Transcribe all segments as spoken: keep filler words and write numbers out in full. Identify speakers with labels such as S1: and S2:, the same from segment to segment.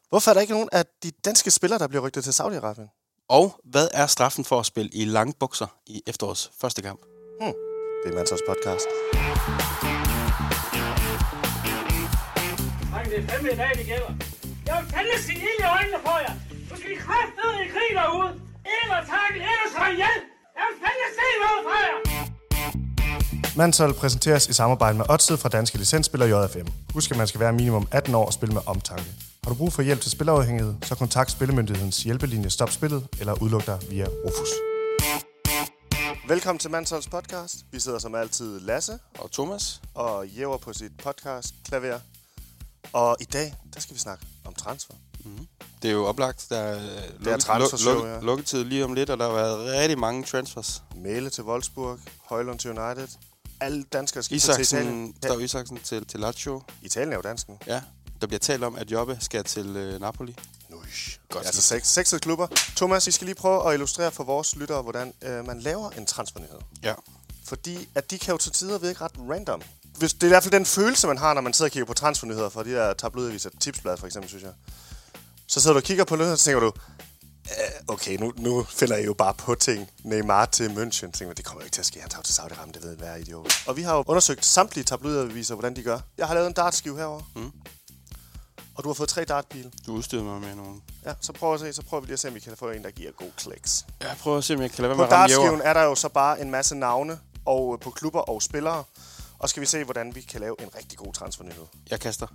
S1: Hvorfor er der ikke nogen af de danske spillere, der bliver rygtet til Saudi-Arabien?
S2: Og hvad er straffen for at spille i lange bukser i efterårets første kamp?
S1: Hmm. Det er Mansholds podcast.
S3: Det er fandme i dag, det gælder. Jeg vil fandme sige ild i øjnene på jer. Du skal I kraftedeme i krig derude. Eller takke, eller så ihjel. Jeg vil fandme se noget fra jer.
S1: Manshold præsenteres i samarbejde med Odset fra Danske Licensspiller J F M. Husk, at man skal være minimum atten år og spille med omtanke. Har du brug for hjælp til spilafhængighed, så kontakt Spillemyndighedens hjælpelinje Stop Spillet eller udluk dig via Rufus. Velkommen til Mansholds podcast. Vi sidder som altid Lasse
S2: Og Thomas.
S1: og jæver på sit podcast klaver. Og i dag, der skal vi snakke om transfer.
S2: Mm-hmm. Det er jo oplagt. Der er,
S1: er
S2: lukket,
S1: transfershow,
S2: luk,
S1: ja.
S2: lukketid lige om lidt, og der har været rigtig mange transfers.
S1: Mæle til Wolfsburg, Højlund til United. Alle danskere skal til Italien.
S2: Isaksen, der er Isaksen til, til Lazio.
S1: Italien er jo dansk nu.
S2: Ja, der bliver talt om, at Jobbe skal til øh, Napoli.
S1: Nuish.
S2: Godt.
S1: Altså seks, seks klubber. Thomas, vi skal lige prøve at illustrere for vores lyttere, hvordan øh, man laver en transfernyhed.
S2: Ja.
S1: Fordi at de kan jo til tider virke ret random. Hvis det er i hvert fald den følelse, man har, når man sidder og kigger på transfernyheder fra de der tabloidaviser, Tipsblad for eksempel, synes jeg. Så sidder du og kigger på nyheder, og så tænker du, okay, nu, nu finder jeg jo bare på ting. Neymar til München. Tænker, det kommer jo ikke til at ske. Han tager til Saudi-Arabien, det ved jeg, hvad er idiot. Og vi har jo undersøgt samtlige tabloidaviser, hvordan de gør. Jeg har lavet en dartskive herovre. Mm. Og du har fået tre dartpile.
S2: Du udstyrede mig med nogen.
S1: Ja, så prøv at se, så prøver vi lige at se, om vi kan få en, der giver god kliks.
S2: Jeg prøver at se, om jeg kan lade være
S1: På
S2: med at ramme
S1: dartskiven
S2: jæver.
S1: er der jo så bare en masse navne og på klubber og spillere. Og skal vi se, hvordan vi kan lave en rigtig god transfernyhed.
S2: Jeg kaster.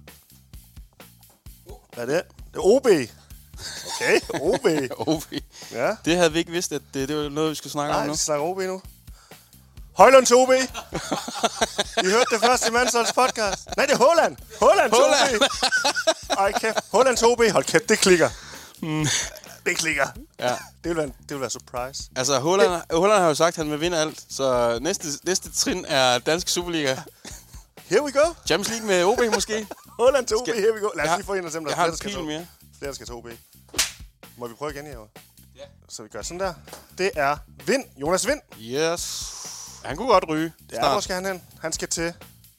S1: Hvad er det? Det er O B. Okay, O B.
S2: O B.
S1: Ja.
S2: Det havde vi ikke vidst, at det, det var noget, vi skulle snakke
S1: Nej,
S2: om nu.
S1: vi snakker O B nu. Højlund til O B. I hørte det først i Mansholds podcast. Nej, det er Haaland. Haaland til O B. Ej, kæft. Haaland til O B. Hold kæft, det klikker. Mm. Det klikker.
S2: Ja.
S1: Det vil være, det vil være surprise.
S2: Altså, Haaland, Haaland har jo sagt, at han vil vinde alt. Så næste, næste trin er Dansk Superliga.
S1: Here we go.
S2: Champions League med O B måske.
S1: Haaland til O B.
S2: Skal-
S1: Here we go. Lad os
S2: Jeg-
S1: lige få en af dem, der
S2: Jeg har
S1: flere,
S2: en
S1: skal
S2: pil
S1: til-
S2: mere.
S1: flere skal til O B. Må vi prøve igen, Jæver? Ja. Så vi gør sådan der. Det er Vind. Jonas Vind.
S2: Yes. Han kunne godt ryge.
S1: Ja, hvor
S2: Snart.
S1: skal han hen? Han skal til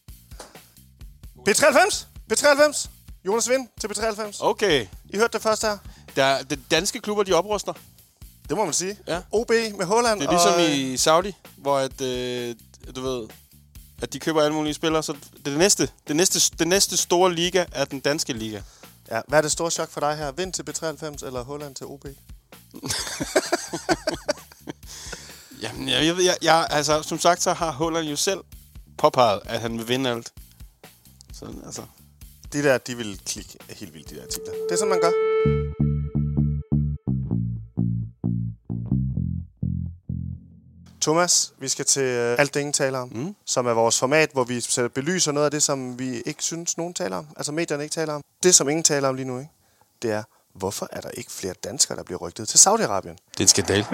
S1: B treoghalvfems. B treoghalvfems. Jonas Vind til B treoghalvfems.
S2: Okay.
S1: I hørte det først her.
S2: Der, de danske klubber, de opruster.
S1: Det må man sige.
S2: Ja.
S1: O B med Haaland.
S2: Det er ligesom
S1: og,
S2: i Saudi, hvor at, øh, du ved, at de køber alle mulige spillere. Så det, det, næste, det, næste, det næste store liga er den danske liga.
S1: Ja, hvad er det store chok for dig her? Vind til B treoghalvfems eller Haaland til O B?
S2: Jamen, jeg, jeg, jeg, jeg, altså, som sagt, så har Haaland jo selv påpeget, at han vil vinde alt. Så altså...
S1: De der, de vil klikke helt vildt, de der artikler. Det er sådan, man gør. Thomas, vi skal til øh, alt det, ingen taler om, mm. som er vores format, hvor vi så belyser noget af det, som vi ikke synes, nogen taler om. Altså medierne ikke taler om. Det, som ingen taler om lige nu, ikke? Det er, hvorfor er der ikke flere danskere, der bliver rygtet til Saudi-Arabien?
S2: Det er en skandal.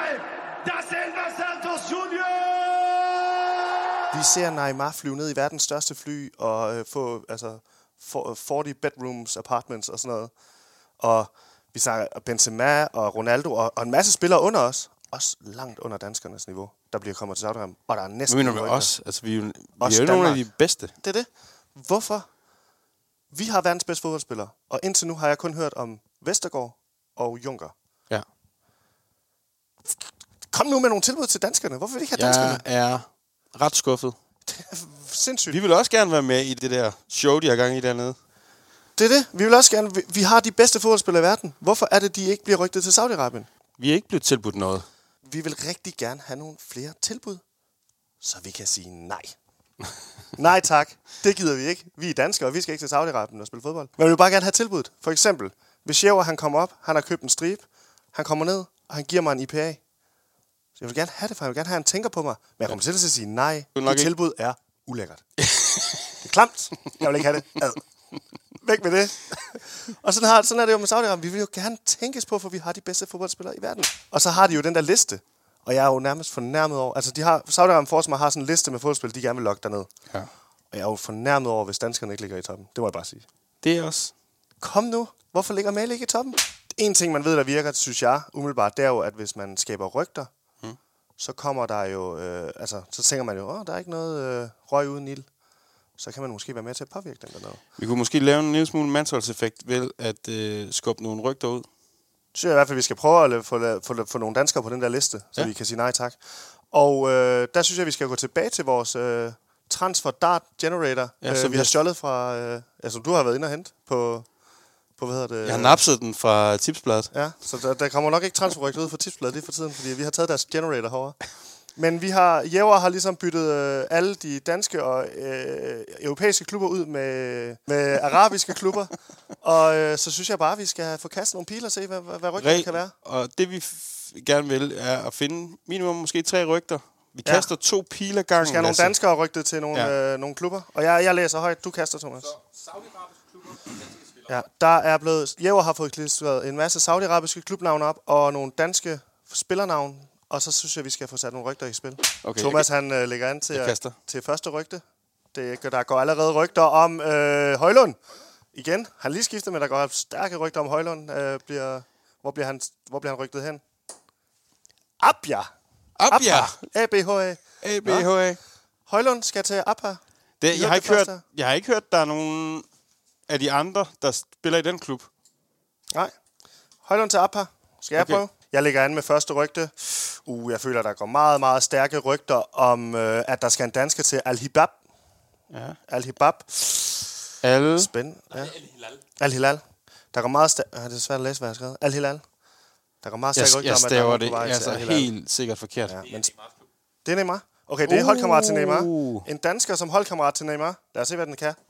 S1: Vi ser Neymar flyve ned i verdens største fly og øh, få altså, for, fyrre bedrooms, apartments og sådan noget. Og vi snakker Benzema og Ronaldo og, og en masse spillere under os. Også langt under danskernes niveau, der bliver kommet til Saudi-Arabien. Og der er næsten...
S2: Hvad mener du med os? Altså, vi er jo, vi
S1: Os
S2: er jo nogle af
S1: Danmark.
S2: de bedste.
S1: Det er det. Hvorfor? Vi har verdens bedste fodboldspillere. Og indtil nu har jeg kun hørt om Vestergaard og Junker.
S2: Ja.
S1: Kom nu med nogle tilbud til danskerne. Hvorfor vil I ikke have danskerne?
S2: Jeg er ret skuffet.
S1: Det er sindssygt.
S2: Vi vil også gerne være med i det der show, de har gang i dernede.
S1: Det er det. Vi vil også gerne... Vi, vi har de bedste fodboldspillere i verden. Hvorfor er det, de ikke bliver rygtet til Saudi-Arabien?
S2: Vi er ikke blevet tilbudt noget.
S1: Vi vil rigtig gerne have nogle flere tilbud, så vi kan sige nej. Nej tak, det gider vi ikke. Vi er danskere, og vi skal ikke til Saudi-Arabien og spille fodbold. Men vi vil bare gerne have tilbuddet. For eksempel, hvis Jæver, han kommer op, han har købt en stribe, han kommer ned, og han giver mig en I P A. Så jeg vil gerne have det, for jeg vil gerne have, at han tænker på mig. Men jeg kommer til at sige nej.
S2: Du nok
S1: Det
S2: ikke.
S1: tilbud er ulækkert. Det er klamt. Jeg vil ikke have det. Ad. Væk med det. Og sådan, har, sådan er det jo med Saudi-Arabien. Vi vil jo gerne tænkes på, for vi har de bedste fodboldspillere i verden. Og så har de jo den der liste. Og jeg er jo nærmest fornærmet over... Altså, de har, Saudi-Arabien for mig har sådan en liste med fodboldspillere, de gerne vil lokke derned.
S2: Ja.
S1: Og jeg er jo fornærmet over, hvis danskerne ikke ligger i toppen. Det må jeg bare sige.
S2: Det er også.
S1: Kom nu. Hvorfor ligger Mali ikke i toppen? En ting, man ved, der virker, synes jeg, umiddelbart, det er jo, at hvis man skaber rygter, hmm. så kommer der jo... Øh, altså, så tænker man jo, åh, der er ikke noget øh, røg uden ild. så kan man måske være med til at påvirke den dernede.
S2: Vi kunne måske lave en lille smule mandsholdseffekt ved at øh, skubbe nogle rygter ud.
S1: Så synes jeg i hvert fald, at vi skal prøve at få, få, få nogle danskere på den der liste, så ja. vi kan sige nej tak. Og øh, der synes jeg, at vi skal gå tilbage til vores øh, transfer dart generator, ja, øh, vi har stjålet fra, øh, altså du har været inde og hente på, på hvad hedder det?
S2: Jeg har napset den fra Tipsbladet.
S1: Ja, så der, der kommer nok ikke transferrygter ud fra Tipsbladet lige for tiden, fordi vi har taget deres generator herovre. Men vi har, Jæver har ligesom byttet øh, alle de danske og øh, europæiske klubber ud med, med arabiske klubber. Og øh, så synes jeg bare, at vi skal få kastet nogle piler og se, hvad, hvad rygter kan være.
S2: Og det vi f- gerne vil, er at finde minimum måske tre rygter. Vi
S1: ja.
S2: kaster to piler gangen.
S1: Vi skal have nogle danskere rygtet til nogle, ja. øh, nogle klubber. Og jeg, jeg læser højt. Du kaster, Thomas.
S4: Så saudi-arabiske klubber og danske spillere.
S1: Ja, der er blevet... Jæver har fået klistret en masse saudi-arabiske klubnavne op, og nogle danske spillernavne. Og så synes jeg, vi skal få sat nogle rygter i spil. Okay, Thomas, han øh, lægger an til, at, til første rygte. Det, der går allerede rygter om øh, Højlund. Igen, han lige skiftet, men der går stærke rygter om Højlund. Øh, bliver, hvor, bliver han, hvor bliver han rygtet hen? Abja.
S2: Abja.
S1: A B H A.
S2: A B H A.
S1: Højlund skal til Abja.
S2: Det, jeg, har ikke hørt, jeg har ikke hørt, der er nogen af de andre, der spiller i den klub.
S1: Nej. Højlund til Abja. Skal jeg okay. prøve? Jeg lægger an med første rygte. Uh, jeg føler, der går meget, meget stærke rygter om, øh, at der skal en dansker til Al-Hibab.
S2: Ja.
S1: Al-Hibab.
S2: Al...
S1: Spændende. Ja.
S4: Al-Hilal.
S1: Al-Hilal. Der går meget stærke... Ah, det er svært at læse, hvad jeg har skrevet. Al-Hilal. Der går meget stærke rygter om, at der er
S2: det.
S1: på vej
S2: altså
S1: til
S2: helt sikkert forkert. Ja,
S1: men... Det er Neymar. Okay, det er uh. holdkammerat til Neymar. En dansker som holdkammerat til Neymar. Lad os se, hvad den kan.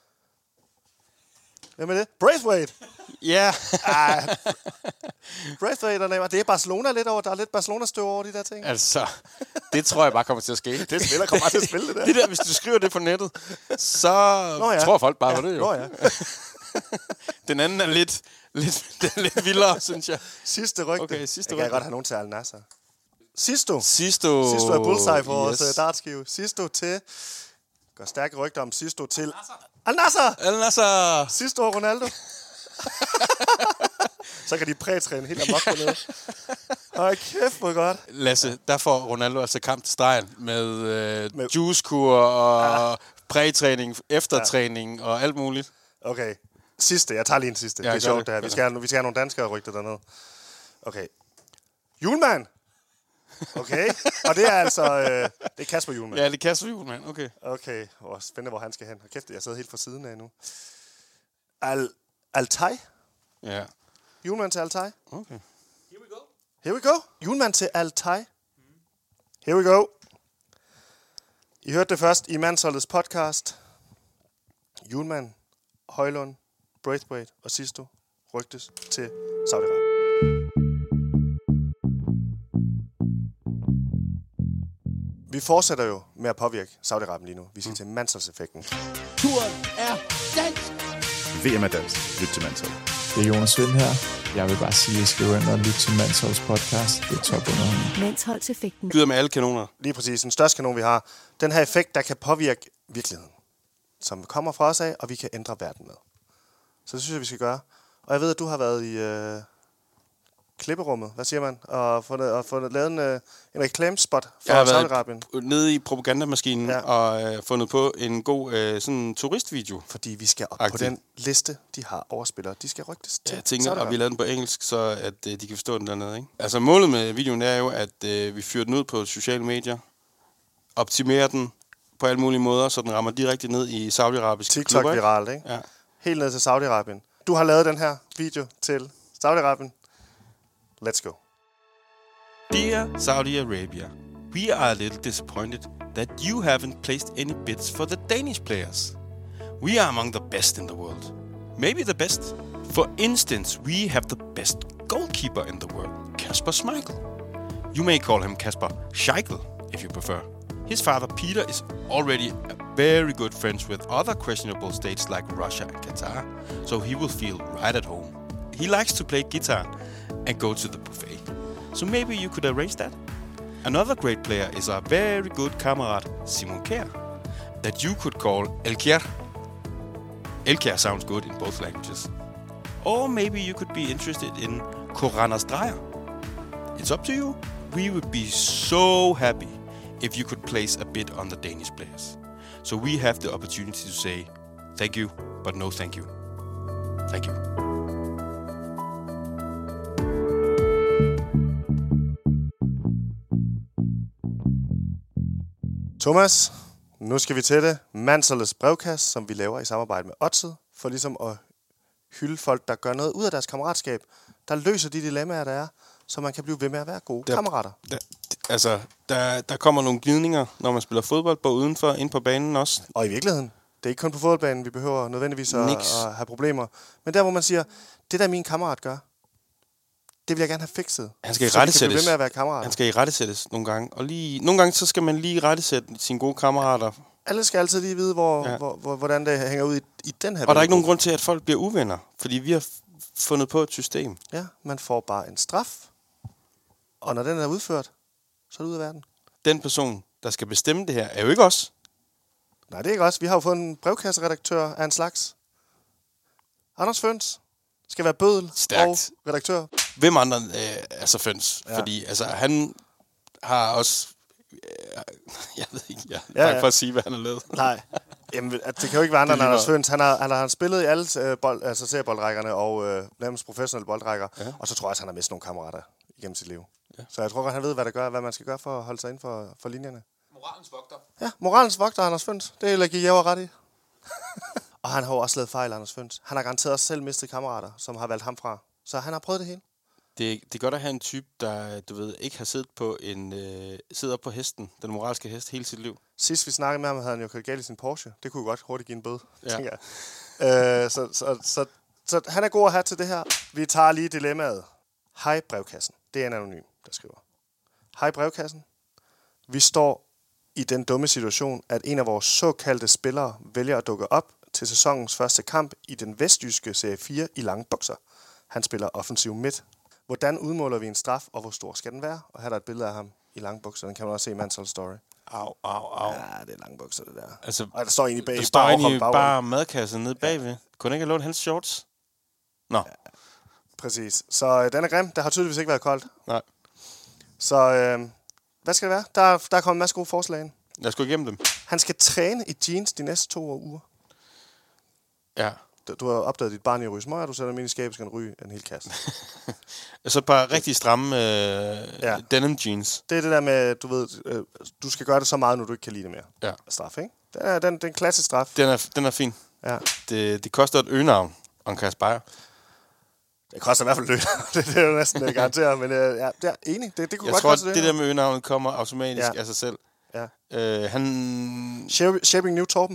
S1: Hvem er det? Braithwaite.
S2: Ja.
S1: Yeah. Braithwaite og Neymar. Det er Barcelona lidt over. Der er lidt Barcelona-støv over de der ting.
S2: Altså, det tror jeg bare kommer til at ske.
S1: Det spiller kommer til at spille det der.
S2: Det der, hvis du skriver det på nettet, så Nå, ja. tror folk bare på ja. det jo.
S1: Nå, ja.
S2: Den anden er lidt, lidt, den er lidt vildere, synes jeg.
S1: Sidste rygte.
S2: Okay, sidste
S1: jeg kan godt have nogen til Al Nassr. Sisto.
S2: Sisto.
S1: Sisto er bullseye for yes. vores dartskive. Sisto til... Går stærke rygter om Sisto til... Al Nassr!
S2: Al Nassr!
S1: Sisto og Ronaldo. Så kan de prætræne helt amok på noget. Hold kæft, hvor godt.
S2: Lasse, der får Ronaldo altså kamp til stregen med, øh, med juicekur og ja. prætræning, eftertræning ja. og alt muligt.
S1: Okay. Sidste. Jeg tager lige en sidste. Ja, det er sjovt, det, det her. Vi skal, have, vi skal have nogle danskere rygter dernede. Okay. Julemand! Okay, og det er altså... Øh, det er Kasper Hjulmand.
S2: Ja, det er Kasper Hjulmand, okay.
S1: Okay, oh, spændende, hvor han skal hen. Kæft, jeg sidder helt fra siden af nu. Al... Altaj?
S2: Ja.
S1: Hjulmand til Altaj?
S2: Okay.
S4: Here we go.
S1: Here we go. Hjulmand til Altaj. Here we go. I hørte det først i Mandsholdets podcast. Hjulmand, Højlund, Braithwaite og Sisto rygtes til Saudi-Arabien. Vi fortsætter jo med at påvirke Saudi-Arabien lige nu. Vi skal mm. til Mandsholdseffekten.
S5: Turen er dansk!
S6: V M er dansk. Lyt til Manshold.
S7: Det er Jonas Vind her. Jeg vil bare sige, at I skal gå ind og lytte til Mansholds podcast. Det er top underholdning.
S8: Mandsholdseffekten.
S2: Byder med alle kanoner.
S1: Lige præcis. Den største kanon, vi har. Den her effekt, der kan påvirke virkeligheden. Som kommer fra os af, og vi kan ændre verden med. Så det synes jeg, vi skal gøre. Og jeg ved, at du har været i... Øh klipperummet, hvad siger man? Og fundet, og fundet lavet en, øh, en reklamespot for Saudi-Arabien.
S2: Nede i propagandamaskinen ja. og øh, fundet på en god øh, sådan turistvideo.
S1: Fordi vi skal op Aktiv. på den liste, de har overspillere. De skal rygtes til.
S2: Ja, jeg tænker, og vi lavede den på engelsk, så at øh, de kan forstå den dernede. Ikke? Altså målet med videoen er jo, at øh, vi fyrer den ud på sociale medier, optimerer den på alle mulige måder, så den rammer direkte ned i saudi-arabiske
S1: TikTok
S2: klubber.
S1: TikTok viralt, ikke?
S2: Ja.
S1: Helt ned til Saudi-Arabien. Du har lavet den her video til Saudi-Arabien. Let's go.
S2: Dear Saudi Arabia, we are a little disappointed that you haven't placed any bids for the Danish players. We are among the best in the world. Maybe the best. For instance, we have the best goalkeeper in the world, Kasper Schmeichel. You may call him Kasper Scheichel, if you prefer. His father Peter is already very good friends with other questionable states like Russia and Qatar, so he will feel right at home. He likes to play guitar and go to the buffet. So maybe you could arrange that. Another great player is our very good comrade Simon Kjær, that you could call El Kjær. El Kjær sounds good in both languages. Or maybe you could be interested in Koranas Dreyer. It's up to you. We would be so happy if you could place a bid on the Danish players. So we have the opportunity to say thank you, but no thank you. Thank you.
S1: Thomas, nu skal vi til det. Mansoles brevkasse, som vi laver i samarbejde med Odset, for ligesom at hylde folk, der gør noget ud af deres kammeratskab, der løser de dilemmaer, der er, så man kan blive ved med at være gode der, kammerater.
S2: Der, altså, der, der kommer nogle glidninger, når man spiller fodbold, både udenfor, ind på banen også.
S1: Og i virkeligheden, det er ikke kun på fodboldbanen, vi behøver nødvendigvis at, at have problemer. Men der, hvor man siger, det der min kammerat gør, det vil jeg gerne have fikset.
S2: Han skal i
S1: så
S2: rettesættes.
S1: ved med at være kammerater.
S2: Han skal i rettesættes nogle gange. Og lige, nogle gange så skal man lige rettesætte sine gode kammerater.
S1: Alle skal altid lige vide, hvor, ja. hvor, hvor, hvordan det hænger ud i, i den her.
S2: Og der er ikke nogen grund til, at folk bliver uvenner. Fordi vi har f- fundet på et system.
S1: Ja, man får bare en straf. Og når den er udført, så er det ud af verden.
S2: Den person, der skal bestemme det her, er jo ikke os.
S1: Nej, det er ikke os. Vi har jo fået en brevkasseredaktør af en slags. Anders Føns skal være bødel
S2: Stærkt.
S1: og redaktør.
S2: Hvem andre øh, er så Føns?
S1: Ja.
S2: Fordi altså, han har også... Øh, jeg ved ikke, jeg er
S1: ja,
S2: ja,
S1: ja.
S2: for at sige, hvad han har lavet.
S1: Nej, Jamen, det kan jo ikke være andre end Anders Føns. Han har, han har spillet i alle øh, bold, altså serieboldrækkerne og øh, nærmest professionelle boldrækker. Ja. Og så tror jeg også, han har mistet nogle kammerater igennem sit liv. Ja. Så jeg tror godt, han ved, hvad, der gør, hvad man skal gøre for at holde sig inden for, for linjerne.
S4: Moralens vogter.
S1: Ja, moralens vogter, Anders Føns. Det er jeg give Jæver ret i. Og han har jo også lavet fejl, Anders Føns. Han har garanteret også selv mistet kammerater, som har valgt ham fra. Så han har prøvet det hele.
S2: Det, det er godt at have en type, der du ved, ikke har siddet på en øh, sidder på hesten, den moralske hest, hele sit liv.
S1: Sidst vi snakkede med ham, havde han jo kørt galt i sin Porsche. Det kunne jo godt hurtigt give en bøde,
S2: ja.
S1: tænker jeg. Øh, så, så, så, så han er god at have til det her. Vi tager lige dilemmaet. Hej brevkassen. Det er en anonym, der skriver. Hej brevkassen. Vi står i den dumme situation, at en af vores såkaldte spillere vælger at dukke op til sæsonens første kamp i den vestjyske serie fire i lange bukser. Han spiller offensiv midt. Hvordan udmåler vi en straf, og hvor stor skal den være? Og her er der et billede af ham i lange bukser. Den kan man også se i Mansols story.
S2: Au, au, au.
S1: Ja, det er lange bukser, det der.
S2: Altså,
S1: og der står egentlig bag.
S2: Der står egentlig bare, bare madkassen nede bagved. Ja. Kunne den ikke have lånt hans shorts? Nå. Ja,
S1: præcis. Så øh, den er grim. Der har tydeligvis ikke været koldt.
S2: Nej.
S1: Så øh, hvad skal det være? Der, der er kommet en masse gode forslag ind.
S2: Lad os gå igennem dem.
S1: Han skal træne i jeans de næste to uger.
S2: Ja.
S1: Du har opdaget dit barn i at ryge smøger, du sætter dem ind i skabet, skal ryge en hel kasse.
S2: Så et par rigtig stramme øh, ja. denim jeans.
S1: Det er det der med, du ved, øh, du skal gøre det så meget, når du ikke kan lide det mere.
S2: Ja.
S1: Straf, ikke? Den er, den, den klassisk straf.
S2: Den er, den er fin.
S1: Ja.
S2: Det, det koster et øgenavn og en kasse bajer.
S1: Det koster i hvert fald løn. det, det er jo næsten garanteret, men øh, ja, det er enig. Det, det kunne
S2: Jeg
S1: godt
S2: tror,
S1: koste
S2: det, det der med øgenavnet kommer automatisk ja. af sig selv.
S1: Ja.
S2: Øh, han...
S1: Shaping New Torben.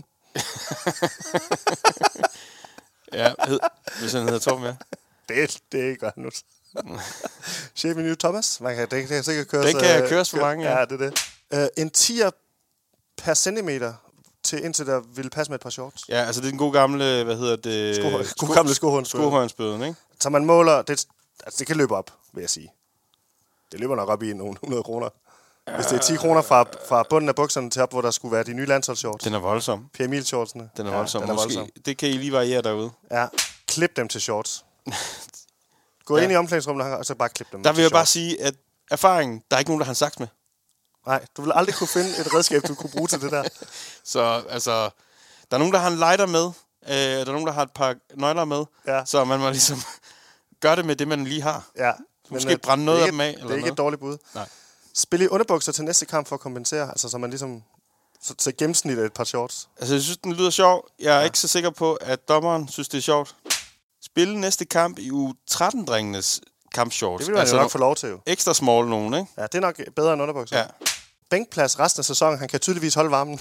S2: Ja, hed, hvis han hedder Torben, ja.
S1: Det, det er godt nu. Shaping New Thomas. Man kan, det kan sikkert køres.
S2: Den kan uh, køres for mange,
S1: ja. Ja, det er det. Uh, en tier per centimeter, til indtil der ville passe med et par shorts.
S2: Ja, altså det er den gode gamle, hvad hedder det?
S1: Sko, sko, gamle skohåndsbøden.
S2: Skohåndsbøden, ikke?
S1: Så man måler, det, altså det kan løbe op, vil jeg sige. Det løber nok op i nogle hundrede kroner. Hvis det er ti kroner fra, fra bunden af bukserne til op, hvor der skulle være de nye landsholdsshorts.
S2: Den er voldsom.
S1: P. Emil-shortsene.
S2: Den er voldsom.
S1: Ja, den er
S2: Måske.
S1: voldsom.
S2: Det kan I lige variere derude.
S1: Ja, klip dem til shorts. Gå ja. ind i omklædningsrummet, og så bare klip dem.
S2: Der vil jeg
S1: shorts.
S2: bare sige, at erfaringen, der er ikke nogen, der har en saks med.
S1: Nej, du vil aldrig kunne finde et redskab, du kunne bruge til det der.
S2: Så altså, der er nogen, der har en lighter med. Øh, der er nogen, der har et par nøgler med.
S1: Ja.
S2: Så man må ligesom gøre det med det, man lige har.
S1: Ja.
S2: Måske men, brænde noget af dem af.
S1: Det er ikke noget. Et dårligt bud.
S2: Nej.
S1: Spil i underbukser til næste kamp for at kompensere. Altså, så man ligesom... Så, så gennemsnit et par shorts.
S2: Altså, jeg synes, den lyder sjov. Jeg er
S1: ja.
S2: ikke så sikker på, at dommeren synes, det er sjovt. Spille næste kamp i U tretten-drengenes kampshorts.
S1: Det vil man altså jo nok få lov til, jo.
S2: Ekstra small nogen, ikke?
S1: Ja, det er nok bedre end underbukser.
S2: Ja.
S1: Bænkplads resten af sæsonen. Han kan tydeligvis holde varmen.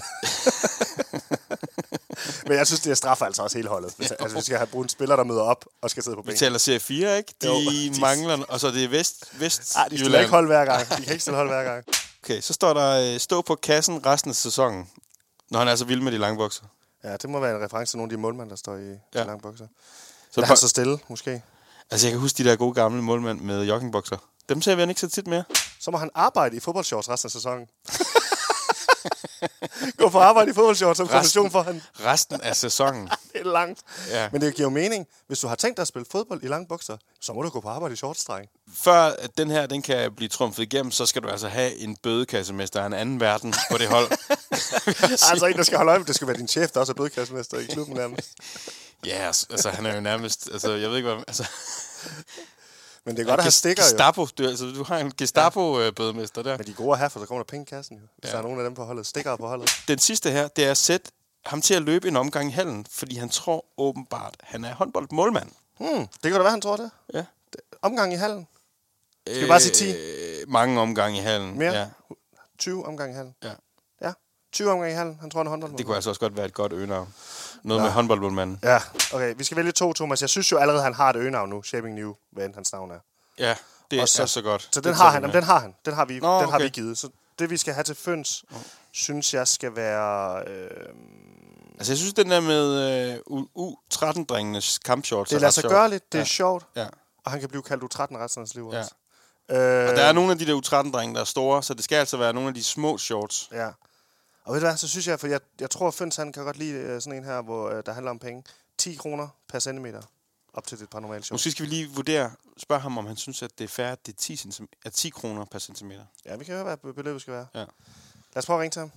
S1: Men jeg synes, det er straffer altså også hele holdet. Hvis, altså, vi skal have brugt en spiller, der møder op og skal sidde på bænken.
S2: Vi taler serie fire, ikke? De, jo, de mangler, og så er det vest, vest
S1: Nej, de stiller ikke hold hver gang. De kan ikke stille hold hver gang.
S2: Okay, så står der stå på kassen resten af sæsonen, når han er så vild med de lange bukser.
S1: Ja, det må være en reference til nogle af de målmænd, der står i ja. de lange bukser. Så er
S2: han
S1: så stille, måske.
S2: Altså, jeg kan huske de der gode gamle målmænd med joggingbukser. Dem ser vi ikke så tit mere.
S1: Så må han arbejde i fodboldshorts resten af sæsonen. Gå på arbejde i fodboldshorts som kompensation for han.
S2: Resten af sæsonen.
S1: Det helt langt.
S2: Ja.
S1: Men det giver jo mening. Hvis du har tænkt dig at spille fodbold i lange bukser, så må du gå på arbejde i shorts, dreng.
S2: Før at den her den kan blive trumfet igennem, så skal du altså have en bødekassemester af en anden verden på det hold.
S1: Altså en, der skal holde øje med, det skal være din chef, der også er bødekassemester i klubben nærmest.
S2: Ja, yes, altså han er jo nærmest, altså jeg ved ikke hvad, altså...
S1: Men det er godt at have stikker jo.
S2: Gestapo, du, altså, du har en Gestapo-bødemester der.
S1: Men de er gode at have, for så kommer der penge i kassen jo. Hvis
S2: Ja.
S1: der er nogen af dem på holdet. Stikker på holdet.
S2: Den sidste her, det er at sætte ham til at løbe en omgang i hallen, fordi han tror åbenbart, han er håndboldmålmand.
S1: Hmm, det kan da være, han tror det.
S2: Ja.
S1: Omgang i hallen. Skal vi bare sige ti?
S2: Øh, mange omgange i hallen.
S1: Mere?
S2: Ja.
S1: tyve omgang i hallen.
S2: Ja.
S1: Ja, tyve omgang i hallen. Han tror, han er håndboldmål.
S2: Det kunne altså også godt være et godt øgenavn. Noget
S1: Nå.
S2: med håndboldmålmanden.
S1: Ja, okay. Vi skal vælge to, Thomas. Jeg synes jo allerede, han har et øgenavn nu. Shaping New, hvad end hans navn er.
S2: Ja, det
S1: Og så-
S2: er så godt.
S1: Så
S2: Det
S1: den
S2: tager
S1: har
S2: vi
S1: han.
S2: med.
S1: Jamen, den har han. Den har vi,
S2: Nå,
S1: den har
S2: okay.
S1: vi givet. Så det, vi skal have til Føns, synes jeg skal være... Øh,
S2: Altså, jeg synes, den der med uh, U tretten-drengenes kampshorts
S1: det
S2: er
S1: lader
S2: ret
S1: sig
S2: sjovt.
S1: gøre det er
S2: Ja.
S1: sjovt.
S2: Ja.
S1: Og han kan blive kaldt U tretten resten af hans liv
S2: Ja.
S1: også. Øh,
S2: Og der er nogle af de der U tretten-drenge, der er store, så det skal altså være nogle af de små shorts.
S1: Ja. Og ved du hvad, så synes jeg, for jeg, jeg tror, at Føns han kan godt lide øh, sådan en her, hvor øh, der handler om penge. ti kroner per centimeter. Op til et par normale shorts.
S2: Måske skal vi lige vurdere, spørge ham, om han synes, at det er fair, at det er ti, centim- er ti kroner per centimeter.
S1: Ja, vi kan høre, hvad beløbet skal være.
S2: Ja.
S1: Lad os prøve at ringe til ham.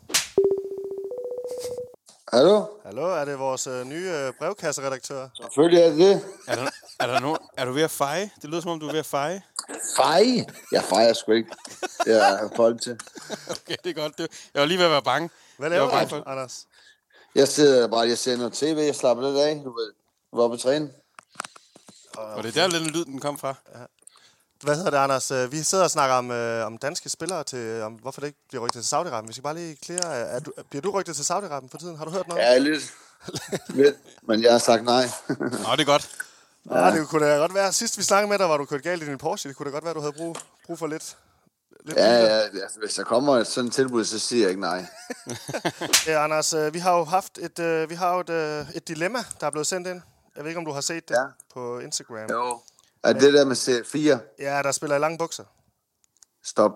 S8: Hallo?
S1: Hallo, er det vores øh, nye øh, brevkasseredaktør?
S8: Selvfølgelig er det det.
S2: Er, der, er, der no, er du ved at feje? Det lyder som om, du er ved at feje.
S8: Fej? Jeg fejrer sgu ikke. Det er jeg folk til.
S2: Okay, det er godt. Det, jeg var lige ved at være bange.
S1: Hvad
S2: Jeg
S1: laver
S2: var bange
S1: du,
S2: for-
S1: Anders?
S8: Jeg sidder bare, jeg ser noget tv, jeg slapper lidt af. Du ved, du var oppe at træne.
S2: Og det er der, den lyd, den kom fra.
S1: Hvad hedder det, Anders? Øh, Vi sidder og snakker om, øh, om danske spillere, til, om hvorfor det ikke bliver rygtet til Saudi-Arabien. Vi skal bare lige klare. Er du, bliver du rygtet til Saudi-Arabien for tiden? Har du hørt noget?
S8: Ja, lidt. lidt. Men jeg har sagt nej.
S2: Nå, det er godt.
S1: Ja. Det kunne da godt være. Sidst vi snakkede med dig, var du kørt galt i din Porsche. Det kunne da godt være, du havde brug, brug for lidt. lidt
S8: Ja,
S1: biler.
S8: ja, altså, hvis der kommer et sådan tilbud, så siger jeg ikke nej.
S1: Ja, Anders, øh, vi har jo haft et, øh, vi har jo et, øh, et dilemma, der er blevet sendt ind. Jeg ved ikke, om du har set det
S8: Ja.
S1: på Instagram.
S8: Jo. Er det der med serie fire?
S1: Ja, der spiller i lange bukser.
S8: Stop.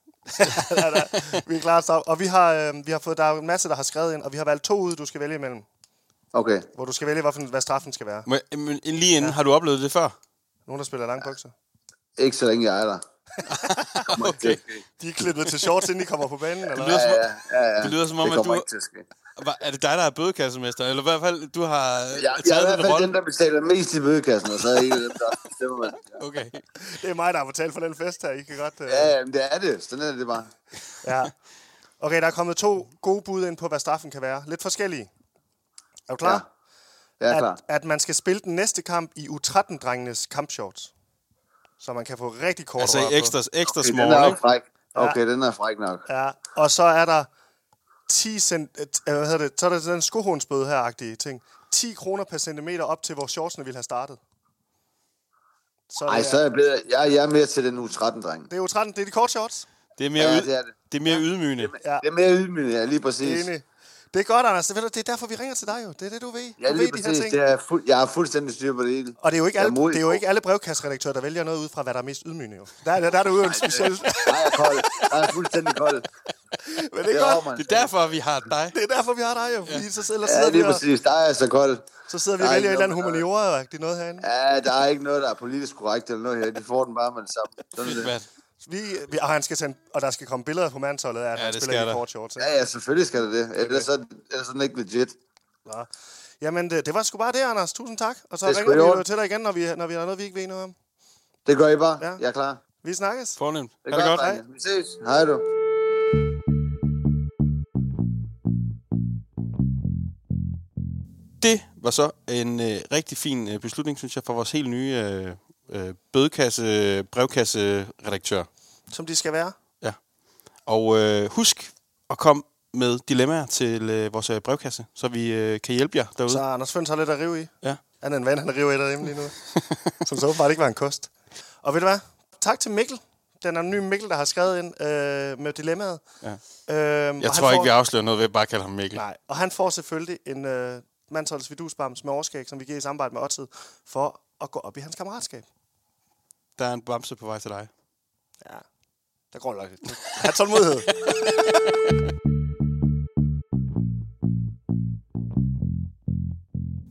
S1: Vi er klar til at- Og vi har, øh, vi har fået, der er jo en masse, der har skrevet ind, og vi har valgt to ud, du skal vælge imellem.
S8: Okay.
S1: Hvor du skal vælge, hvad, for, hvad straffen skal være.
S2: Men, men lige inden, ja. Har du oplevet det før?
S1: Nogen, der spiller i lange bukser.
S8: Ikke så længe jeg er der.
S2: Okay.
S1: De er klippet til shorts, inden de kommer på banen, eller
S2: Det
S1: hvad?
S2: lyder, som,
S8: Ja, ja, ja.
S2: det lyder som om,
S8: det
S2: at
S8: kommer
S2: du...
S8: ikke til at ske.
S2: Hva- Er det dig, der er bødekassemester? Eller i hvert fald, du har
S8: Jeg,
S2: øh,
S8: jeg er i
S2: taget
S8: hvert
S2: den
S8: fald
S2: rolle?
S8: den, der betaler mest i bødekassen, og så er jeg en af dem, der bestemmer man.
S2: Okay.
S1: Det er mig, der har betalt for den fest her. I kan godt... Øh...
S8: Ja, ja, men det er det. Sådan er det bare.
S1: Ja. Okay, der er kommet to gode bud ind på, hvad straffen kan være. Lidt forskellige. Er du klar?
S8: Ja, jeg er klar.
S1: At, at man skal spille den næste kamp i U tretten-drengenes kampshorts. Så man kan få rigtig kort
S2: Altså
S1: rør på.
S2: ekstra, ekstra
S8: Okay, den
S2: small,
S8: er jo
S2: ikke?
S8: fræk. Okay, den er fræk nok.
S1: Ja, og så er der ti cent, øh, hvad hedder det, så er der den skohornsbøde her-agtige ting. ti kroner per centimeter op til, hvor shortsene ville have startet. Så er
S8: Ej,
S1: det,
S8: så er jeg blevet... Jeg, jeg er mere til den U tretten-dreng.
S1: det er U tretten, det er de kort shorts.
S2: Det er mere,
S8: Ja,
S2: ja,
S8: det er det.
S2: det er mere ydmygende.
S1: Ja,
S8: Det er mere ydmygende, ja, lige præcis.
S1: enig. Det er godt, Anders. Det, ved du, det er derfor, vi ringer til dig jo. Det er det, du ved.
S8: Ja,
S1: Du
S8: lige
S1: ved de her
S8: præcis.
S1: ting.
S8: Det er fuld, jeg har fuldstændig styr på det hele.
S1: Og det er jo ikke
S8: Jeg er
S1: alle,
S8: modig
S1: det er jo
S8: på.
S1: ikke alle brevkasseredaktører, der vælger noget ud fra, hvad der er mest ydmygende. Jo. Der, er- der er det jo en speciel...
S8: Nej, jeg er kold. Jeg er fuldstændig kold.
S1: Men det er
S8: Det
S1: godt.
S8: er man.
S2: Det er derfor, vi har dig.
S1: Det er derfor, vi har dig jo. Fordi så, ellers
S8: Ja,
S1: sidder vi
S8: lige
S1: og,
S8: præcis. Der er så kold.
S1: så sidder vi og
S8: Der er
S1: vælger et
S8: ikke
S1: eller andet
S8: noget, der-
S1: humaniora og noget herinde.
S8: Ja, der er ikke noget, der er politisk korrekt eller noget her. De får den bare med det samme. Sådan er det.
S2: Hvad?
S1: Vi, vi, og, han skal sende, og der skal komme billeder på mandsholdet af, at
S2: Ja,
S1: han
S2: det
S1: spiller
S2: skal
S1: i
S2: der.
S1: kort shorts. Ikke?
S8: Ja, ja, selvfølgelig skal det det. Ellers er ellers er den ikke legit.
S1: Nå. Jamen, det, det var sgu bare det, Anders. Tusind tak. Og så
S8: Det er sgu
S1: ringer
S8: i
S1: vi
S8: orden.
S1: jo til dig igen, når vi, når vi har noget, vi ikke ved noget om.
S8: Det gør I bare.
S1: Ja.
S8: Jeg er klar.
S1: Vi snakkes.
S2: Fornemt.
S8: Det
S2: Er det godt?
S8: drenge. Vi ses. Hej du.
S2: Det var så en øh, rigtig fin øh, beslutning, synes jeg, for vores helt nye øh, øh, bødekasse, brevkasse-redaktør.
S1: Som de skal være.
S2: Ja. Og øh, husk at komme med dilemmaer til øh, vores øh, brevkasse, så vi øh, kan hjælpe jer derude.
S1: Så Anders Føns har lidt at rive i.
S2: Ja.
S1: Han er en vand, han river i derhjemme lige nu. Som så åbenbart ikke var en kost. Og ved du hvad? Tak til Mikkel. Den anonyme Mikkel, der har skrevet ind øh, med dilemmaet.
S2: Ja.
S1: Øhm,
S2: Jeg
S1: og
S2: tror
S1: han
S2: ikke,
S1: får,
S2: vi afslører noget ved at bare kalde ham Mikkel.
S1: Nej, og han får selvfølgelig en øh, mandsholds vidusbams med overskæg, som vi giver i samarbejde med Odset, for at gå op i hans kammeratskab.
S2: Der er en bamse på vej til dig.
S1: Ja, der går nok lidt. Ha' tålmodighed.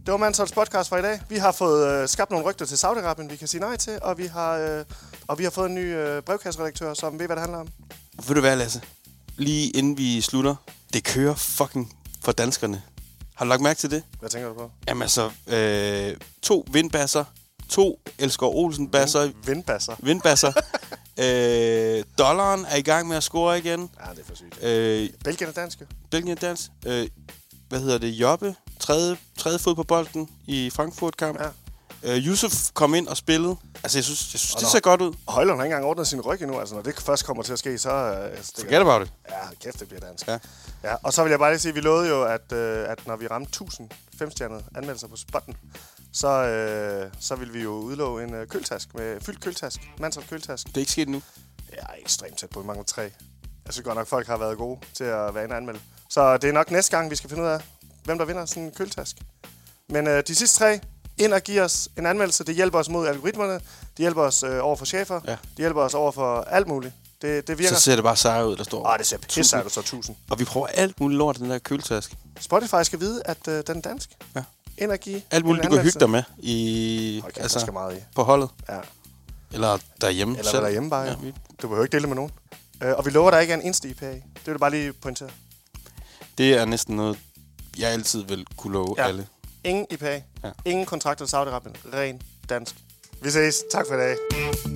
S1: Det var Mansholds podcast for i dag. Vi har fået øh, skabt nogle rygter til Saudi-Arabien, vi kan sige nej til, og vi har, øh, og vi har fået en ny øh, brevkasseredaktør, som ved, hvad det handler om.
S2: Ved du hvad, Lasse? Lige inden vi slutter, det kører fucking for danskerne. Har du lagt mærke til det?
S1: Hvad tænker du på?
S2: Jamen altså, øh, to vindbasser, to Elsker Olsen-basser.
S1: Vindbasser.
S2: Vindbasser. øh, dollaren er i gang med at score igen.
S1: Ja, det er for sygt.
S2: Øh,
S1: Belgien er danske.
S2: Belgien er dansk. Øh, hvad hedder det? Jobbe. Tredje, tredje fod på bolden i Frankfurt-kamp. Ja. Øh, Yusuf kom ind og spillede. Altså, jeg synes, jeg synes det ser godt ud.
S1: Højlund har ikke engang ordnet sin ryg endnu. Altså, når det først kommer til at ske, så... Øh,
S2: Forget about it.
S1: Ja, kæft, det bliver dansk.
S2: Ja.
S1: Ja, og så vil jeg bare lige sige, at vi lovede jo, at, øh, at når vi ramte tusind femstjernede anmeldelser på spotten, så, øh, så vil vi jo udlove en øh, køltask med fyldt køltask. Mansholds køltask.
S2: Det er ikke sket nu.
S1: Jeg er ekstremt tæt på. Vi mangler tre. Jeg synes godt nok, folk har været gode til at være inde og anmelde. Så det er nok næste gang, vi skal finde ud af, hvem der vinder sådan en køltask. Men øh, de sidste tre, ind og give os en anmeldelse. Det hjælper os mod algoritmerne. Det hjælper os øh, over for chefer. Ja. Det hjælper os over for alt muligt. Det, det virker.
S2: Så ser det bare sejre ud, der står.
S1: Åh, det ser pisse, der står tusind.
S2: Og vi prøver alt muligt lort, den der køltask.
S1: Spotify skal vide, at øh, den er dansk.
S2: Ja.
S1: Ind og give
S2: alt muligt, du kan hygge dig med i,
S1: okay,
S2: altså,
S1: meget i.
S2: På holdet.
S1: Ja.
S2: Eller derhjemme
S1: Eller
S2: selv.
S1: derhjemme bare, ja.
S2: Ja.
S1: Du behøver ikke dele det med nogen. Øh, og vi lover, der ikke er en insta I P A. Det vil du bare lige pointere.
S2: Det er næsten noget, jeg altid vil kunne love ja. alle.
S1: Ingen I P A.
S2: Ja.
S1: Ingen kontrakter til Saudi-Arabien. Ren dansk. Vi ses. Tak for i dag.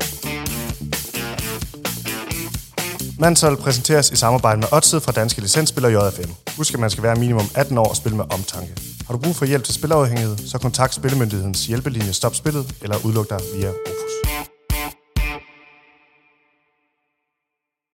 S1: Manshold præsenteres i samarbejde med Odset fra Danske Licensspillere J F M. Husk, at man skal være minimum atten år og spille med omtanke. Har du brug for hjælp til spilafhængighed, så kontakt Spillemyndighedens hjælpelinje Stop Spillet eller udluk dig via Rufus.